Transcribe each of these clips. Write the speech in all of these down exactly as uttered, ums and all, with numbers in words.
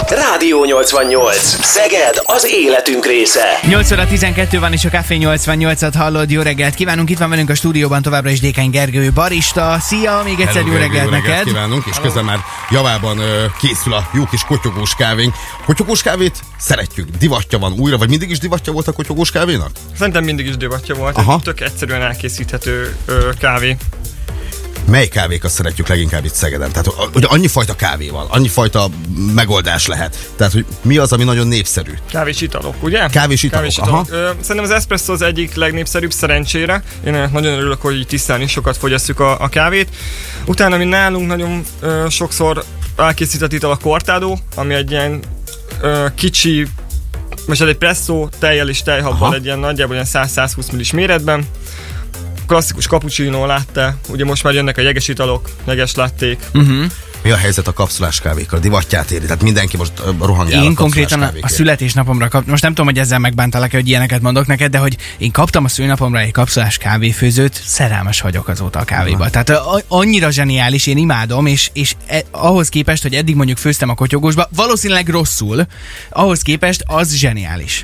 Rádió nyolcvannyolc. Szeged az életünk része. nyolc óra tizenkettő van és a Café nyolcvannyolcat hallod. Jó reggelt kívánunk. Itt van velünk a stúdióban továbbra is Dékány Gergő barista. Szia, még egyszer Hello, jó reggelt jó reggelt neked. kívánunk, és közben már javában ö, készül a jó kis kotyogós kávénk. Kotyogós kávét szeretjük. Divatja van újra, vagy mindig is divatja volt a kotyogós kávénak? Szerintem mindig is divatja volt. Aha. Egy tök egyszerűen elkészíthető ö, kávé. Mely kávékat szeretjük leginkább itt Szegeden? Tehát, hogy annyi fajta kávé van, annyi fajta megoldás lehet. Tehát, hogy mi az, ami nagyon népszerű? Kávés italok, ugye? Kávés italok, Kávés aha. italok. Ö, szerintem az espresso az egyik legnépszerűbb, szerencsére. Én ennek nagyon örülök, hogy így tisztán is sokat fogyasszuk a, a kávét. Utána mi nálunk nagyon ö, sokszor elkészített ital a cortado, ami egy ilyen ö, kicsi, most egy presszó tejjel és tejhabbal, egy ilyen nagyjából ilyen száz-százhúsz millis méretben. Klasszikus cappuccino latte, ugye most már jönnek a jeges italok, jeges latték. Uh-huh. Mi a helyzet a kapszulás kávékkal? Divatját éri? Tehát mindenki most rohangjál Én a konkrétan a, kávékért. a születésnapomra kaptam, most nem tudom, hogy ezzel megbántalak-e, hogy ilyeneket mondok neked, de hogy én kaptam a szülinapomra egy kapszulás kávéfőzőt, szerelmes vagyok azóta a kávéba. Aha. Tehát a, annyira zseniális, én imádom, és, és e, ahhoz képest, hogy eddig mondjuk főztem a kotyogósba, valószínűleg rosszul, ahhoz képest az zseniális.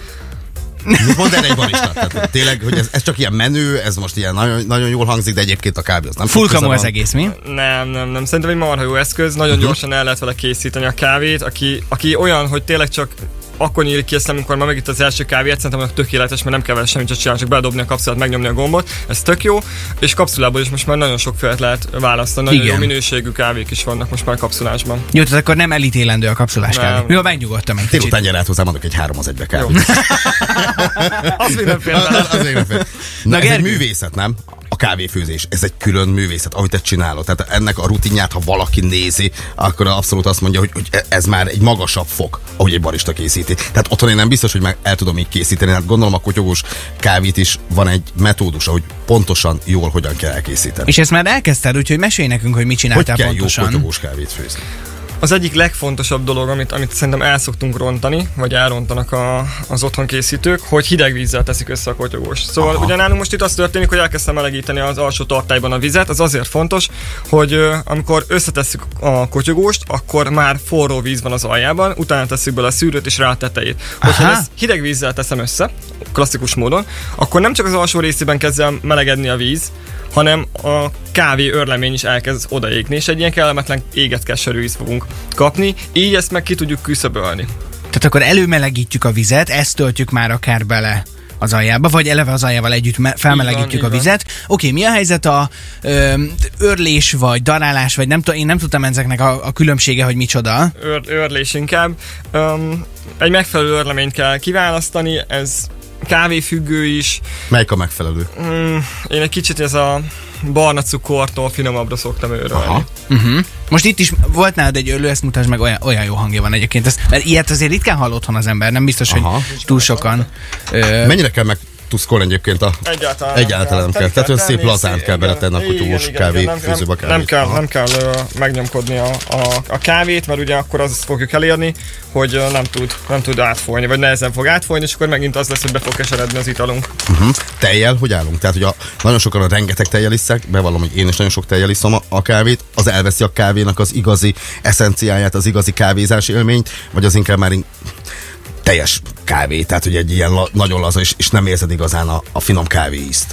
Mondd erre egy baristát. Tehát tényleg, hogy ez, ez csak ilyen menő, ez most ilyen nagyon, nagyon jól hangzik, de egyébként a kávé az nem Full kamu köze az van. egész, mi? Nem, nem, nem. Szerintem egy marha jó eszköz, nagyon Uh-huh. gyorsan el lehet vele készíteni a kávét. Aki, aki olyan, hogy tényleg csak akkor nyílik ki ezt, amikor már megint az első kávét, szerintem annak tökéletes, mert nem kell vele semmit csinálni, csak bedobni a kapszulát, megnyomni a gombot. Ez tök jó, és kapszulából is most már nagyon sokféle lehet választani. Nagyon Igen. jó minőségű kávék is vannak most már kapszulásban. Jó, tehát akkor nem elítélendő a kapszulás Nem. kávé. Jó, megnyugodtam egy kicsit. Délután gyere át hozzá, mondok egy három az egybe Jó. kávét. Az még nem fél Az, bele. az, az még nem fél. Na, Na, ez egy Gergő. művészet, nem? A kávéfőzés. Ez egy külön művészet, ahogy te csinálod. Tehát ennek a rutinját, ha valaki nézi, akkor abszolút azt mondja, hogy, hogy ez már egy magasabb fok, ahogy egy barista készíti. Tehát otthon én nem biztos, hogy meg el tudom így készíteni. Hát gondolom a kotyogós kávét is van egy metódus, hogy pontosan jól hogyan kell elkészíteni. És ezt már elkezdted, úgyhogy mesélj nekünk, hogy mit Hogy csináltál kell jó pontosan. kotyogós kávét főzni? Az egyik legfontosabb dolog, amit, amit szerintem el szoktunk rontani, vagy elrontanak a, az otthon készítők, hogy hideg vízzel teszik össze a kotyogóst. Szóval Aha. ugye nálunk most itt az történik, hogy elkezdtem melegíteni az alsó tartályban a vizet. Az azért fontos, hogy ö, amikor összetesszük a kotyogóst, akkor már forró víz van az aljában, utána tesszük bele a szűrőt és rá a tetejét. Hogyha Aha. ezt hideg vízzel teszem össze, klasszikus módon, akkor nem csak az alsó részében kezd el melegedni a víz, hanem a kávé örlemény is elkezd odaégni, és egy ilyen kellemetlen éget keserű ízt fogunk kapni, így ezt meg ki tudjuk küszöbölni. Tehát akkor előmelegítjük a vizet, ezt töltjük már akár bele az aljába, vagy eleve az aljával együtt me- felmelegítjük Így van, a így vizet. Oké, mi a helyzet a ö, örlés, vagy darálás, vagy nem tudom, én nem tudtam ezeknek a, a különbsége, hogy micsoda. Ör, örlés inkább. Um, egy megfelelő örleményt kell kiválasztani, ez kávéfüggő is. Melyik a megfelelő? Mm, én egy kicsit ez a barna cukortól finomabbra szoktam őrölni. Aha. Uh-huh. Most itt is volt nálad egy örlő, ezt mutasd meg, olyan, olyan jó hangja van egyébként. Ez, mert ilyet azért ritkán hall otthon az ember, nem biztos, Aha. hogy túl sokan. Ö, Mennyire kell meg tuszkolni egyébként a... Egyáltalán, Egyáltalán nem kell. Tehát olyan szép tenni, lazán szép- kell igen, beletenni a igen, kotyogós igen, kávé igen, nem- főzőbe a nem, kávét. nem kell, Aha. nem kell ö, megnyomkodni a, a, a kávét, mert ugye akkor azt fogjuk elérni, hogy ö, nem tud, nem tud átfolyni, vagy nehezen fog átfolyni, és akkor megint az lesz, hogy be fog keseredni az italunk. Uh-huh. Tejjel, hogy állunk? Tehát, hogy a, nagyon sokan a rengeteg tejjel isszák, bevallom, hogy én is nagyon sok tejjel iszom a, a kávét, az elveszi a kávénak az igazi eszenciáját, az igazi kávézás élményt, vagy az inkább már in- teljes kávé, tehát hogy egy ilyen la, nagyon laza, és, és nem érzed igazán a, a finom kávé ízt.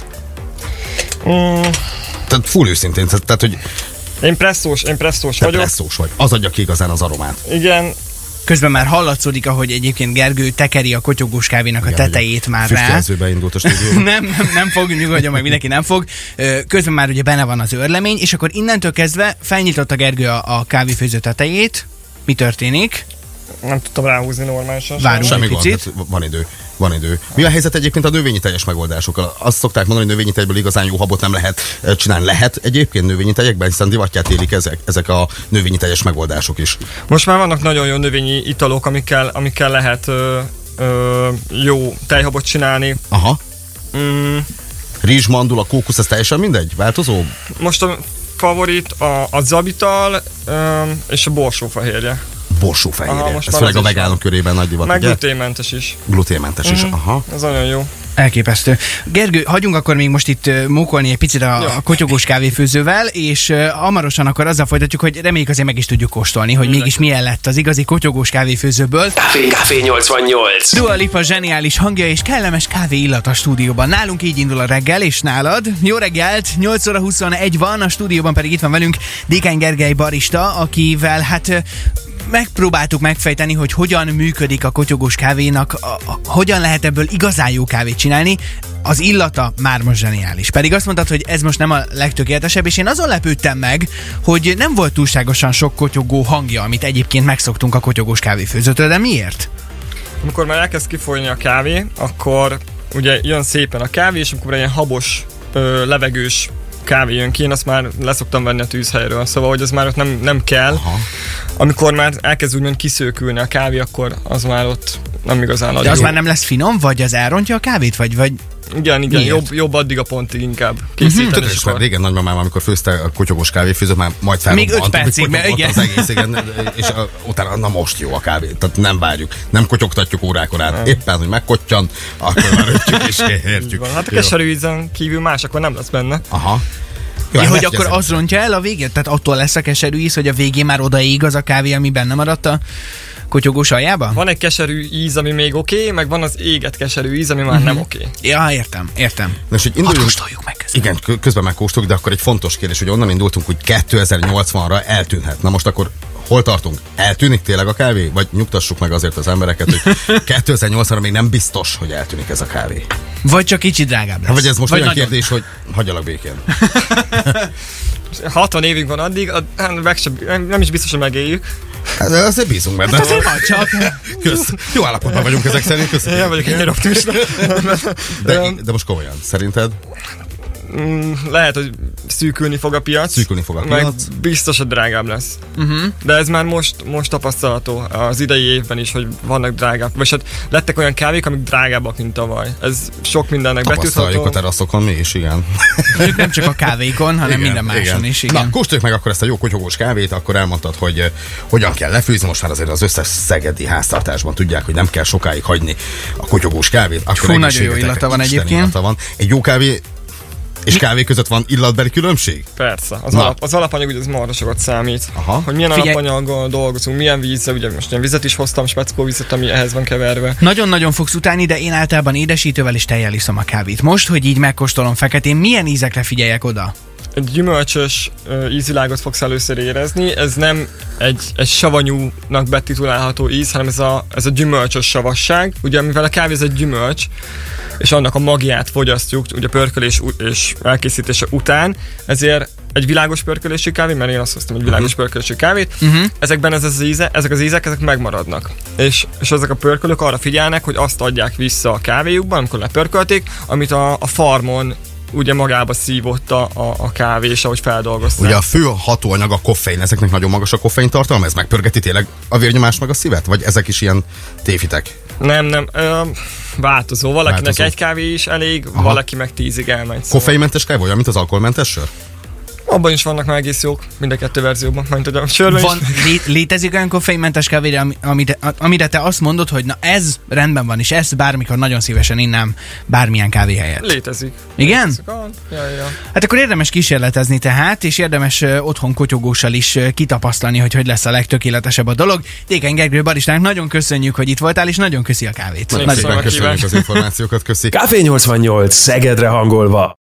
Mm, Tehát full őszintén, tehát, tehát hogy én presszós, én presszós te vagyok. presszós vagy. Az adja ki igazán az aromát. Igen, közben már hallatszódik, ahogy egyébként Gergő tekeri a kotyogós kávénak a Igen, tetejét hogy a már rá. füstjelzőbe indult a stúdió. nem, nem, nem fog, nyugodjon meg, mindenki nem fog. Ö, Közben már ugye benne van az örlemény, és akkor innentől kezdve felnyitotta Gergő a, a kávéfőző tetejét. Mi történik? nem tudtam ráhúzni normálisan. Várunk. sajnos. Semmi gond, picit. hát van idő. Van idő. Mi a helyzet egyébként a növényi teljes megoldásokkal? Azt szokták mondani, hogy növényi tejből igazán jó habot nem lehet eh, csinálni. Lehet egyébként növényi tejekben, hiszen divatját élik ezek, ezek a növényi teljes megoldások is. Most már vannak nagyon jó növényi italok, amikkel, amikkel lehet ö, ö, jó tejhabot csinálni. Aha. Mm, Rizs, mandula, kókusz, ez teljesen mindegy? Változó? most a favorit a, a zabital ö, és a borsófehérje. Borsófehérje. Aha, most Ez már főleg az a is vegánok körében nagy divat, Meg ugye? gluténmentes is. Gluténmentes is. Mhm. Aha. Ez nagyon jó. Elképesztő. Gergő, hagyjunk akkor még most itt uh, mókolni egy picit a, a kotyogós kávéfőzővel, és uh, hamarosan akkor azzal folytatjuk, hogy reméljük azért meg is tudjuk kóstolni, hogy mégis milyen lett az igazi kotyogós kávéfőzőből. Café, Café nyolcvannyolc. Dua Lipa zseniális hangja és kellemes kávé illat a stúdióban. Nálunk így indul a reggel, és nálad. Jó reggelt, nyolc óra huszonegy van, a stúdióban pedig itt van velünk Dékány Gergely barista, akivel hát megpróbáltuk megfejteni, hogy hogyan működik a kotyogós kávénak, a, a, hogyan lehet ebből igazán jó kávét csinálni. Az illata már most zseniális. Pedig azt mondtad, hogy ez most nem a legtökéletesebb, és én azon lepődtem meg, hogy nem volt túlságosan sok kotyogó hangja, amit egyébként megszoktunk a kotyogós kávéfőzőtől, de miért? Amikor már elkezd kifolyni a kávé, akkor ugye jön szépen a kávé, és amikor ilyen habos, ö, levegős kávé jön ki, én azt már leszoktam venni a tűzhelyről, szóval hogy az már ott nem, nem kell. Aha. Amikor már elkezd úgymond kiszőkülni a kávé, akkor az már ott nem igazán nagy. De az jó. Már nem lesz finom, vagy az elrontja a kávét, vagy... vagy... Igen, igen, jobb, jobb addig a pontig inkább készíteni. Uh-huh. És akkor régen nagymamám, amikor főzte a kotyogós kávéfőzőt, már majd felrobbant. Még öt percig, mert igen. Az egész, igen, és a, utána, na most jó a kávé, tehát nem várjuk, nem kotyogtatjuk órákon át. Éppen, hogy megkottyan, akkor már ötjük és értjük. Hát a keserű ízen kívül más, akkor nem lesz benne. Aha. Ja, hogy akkor az rontja el a végét? Tehát attól lesz a keserű íz, hogy a végén már odaég az a kávé, ami benne maradt a kotyogós aljába? Van egy keserű íz, ami még oké, okay, meg van az éget keserű íz, ami már uh-huh. nem oké. Okay. Ja, értem, értem. Nos, hogy induljunk... kóstoljuk meg közben. Igen, közben megkóstoljuk, de akkor egy fontos kérdés, hogy onnan indultunk, hogy kétezer-nyolcvanra eltűnhet. Na most akkor hol tartunk? Eltűnik tényleg a kávé? Vagy nyugtassuk meg azért az embereket, hogy kétezer-nyolcvanra még nem biztos, hogy eltűnik ez a kávé. Vagy csak kicsit drágább lesz. Vagy ez most vagy olyan nagyon... kérdés, hogy hagyjalak békén. hatvan évig van addig, nem is biztos, hogy megéljük. De azért bízunk benne. Hát azért majd csak. Kösz. Jó állapotban vagyunk ezek szerint. Köszönjük. Én vagyok ennyire optimista. De, de most komolyan, szerinted? Lehet, hogy szűkülni fog a piac. Szűkülni fog a piac. Meg biztos, hogy drágább lesz. Uh-huh. De ez már most, most tapasztalható az idei évben is, hogy vannak drágább. Vagy hát lettek olyan kávék, amik drágábbak, mint tavaly. Ez sok mindennek betűzható. Tapasztaljuk a teraszokon mi is, igen. Nem csak a kávékon, hanem igen, minden máson igen. is. Igen. Na, kóstoljuk meg akkor ezt a jó kotyogós kávét, akkor elmondtad, hogy uh, hogyan kell lefőzni. Most már azért az összes szegedi háztartásban tudják, hogy nem kell sokáig hagyni a kotyogós kávét. Akkor Hú, nagyon jó illata van egyébként. Illata van. Egy jó kávé és kávé között van illatbeli különbség? Persze. Az, alap, az alapanyag ugye az marha sokat számít. Aha. Hogy milyen Figyelj. alapanyaggal dolgozunk, milyen vízzel, ugye most ilyen vizet is hoztam, speckó vizet, ami ehhez van keverve. Nagyon-nagyon fogsz utálni, de én általában édesítővel és tejjel iszom a kávét. Most, hogy így megkóstolom feketén, milyen ízekre figyeljek oda? Egy gyümölcsös uh, ízvilágot fogsz először érezni. Ez nem egy, egy savanyúnak betitulálható íz, hanem ez a, ez a gyümölcsös savasság. Ugye mivel a kávé ez egy gyümölcs, és annak a magját fogyasztjuk, ugye pörkölés és elkészítése után, ezért egy világos pörkölésű kávé, mert én azt hoztam egy világos uh-huh. pörkölésű kávét, uh-huh. ezekben ez az íze, ezek az ízek ezek megmaradnak. És, és ezek a pörkölők arra figyelnek, hogy azt adják vissza a kávéjukban, amikor lepörkölték, amit a, a farmon ugye magába szívott a, a, a kávé, és ahogy feldolgozták. Ugye a fő hatóanyag a koffein, ezeknek nagyon magas a koffein tartalma, ez megpörgeti tényleg a vérnyomást meg a szívet? Vagy ezek is ilyen tévhitek? Nem, nem. Ö, változó. Valakinek változó. Egy kávé is elég, aha. valaki meg tízig elmegy. Szóval. Koffeinmentes kávé olyan, mint az alkoholmentes sör? Abban is vannak már egész jók, mind a kettő verzióban, mint a sörben van, lé- létezik olyan koffeinmentes kávé, amire, amire te azt mondod, hogy na ez rendben van, és ezt bármikor nagyon szívesen innám bármilyen kávé helyett. Létezik. Igen? Létezik. Ja, ja. Hát akkor érdemes kísérletezni tehát, és érdemes uh, otthon kotyogóssal is uh, kitapasztalni, hogy hogy lesz a legtökéletesebb a dolog. Dékány Gergő baristának nagyon köszönjük, hogy itt voltál, és nagyon köszi a kávét. Nagyon szépen köszönjük az információkat, köszi. Café nyolcvannyolc Szegedre hangolva.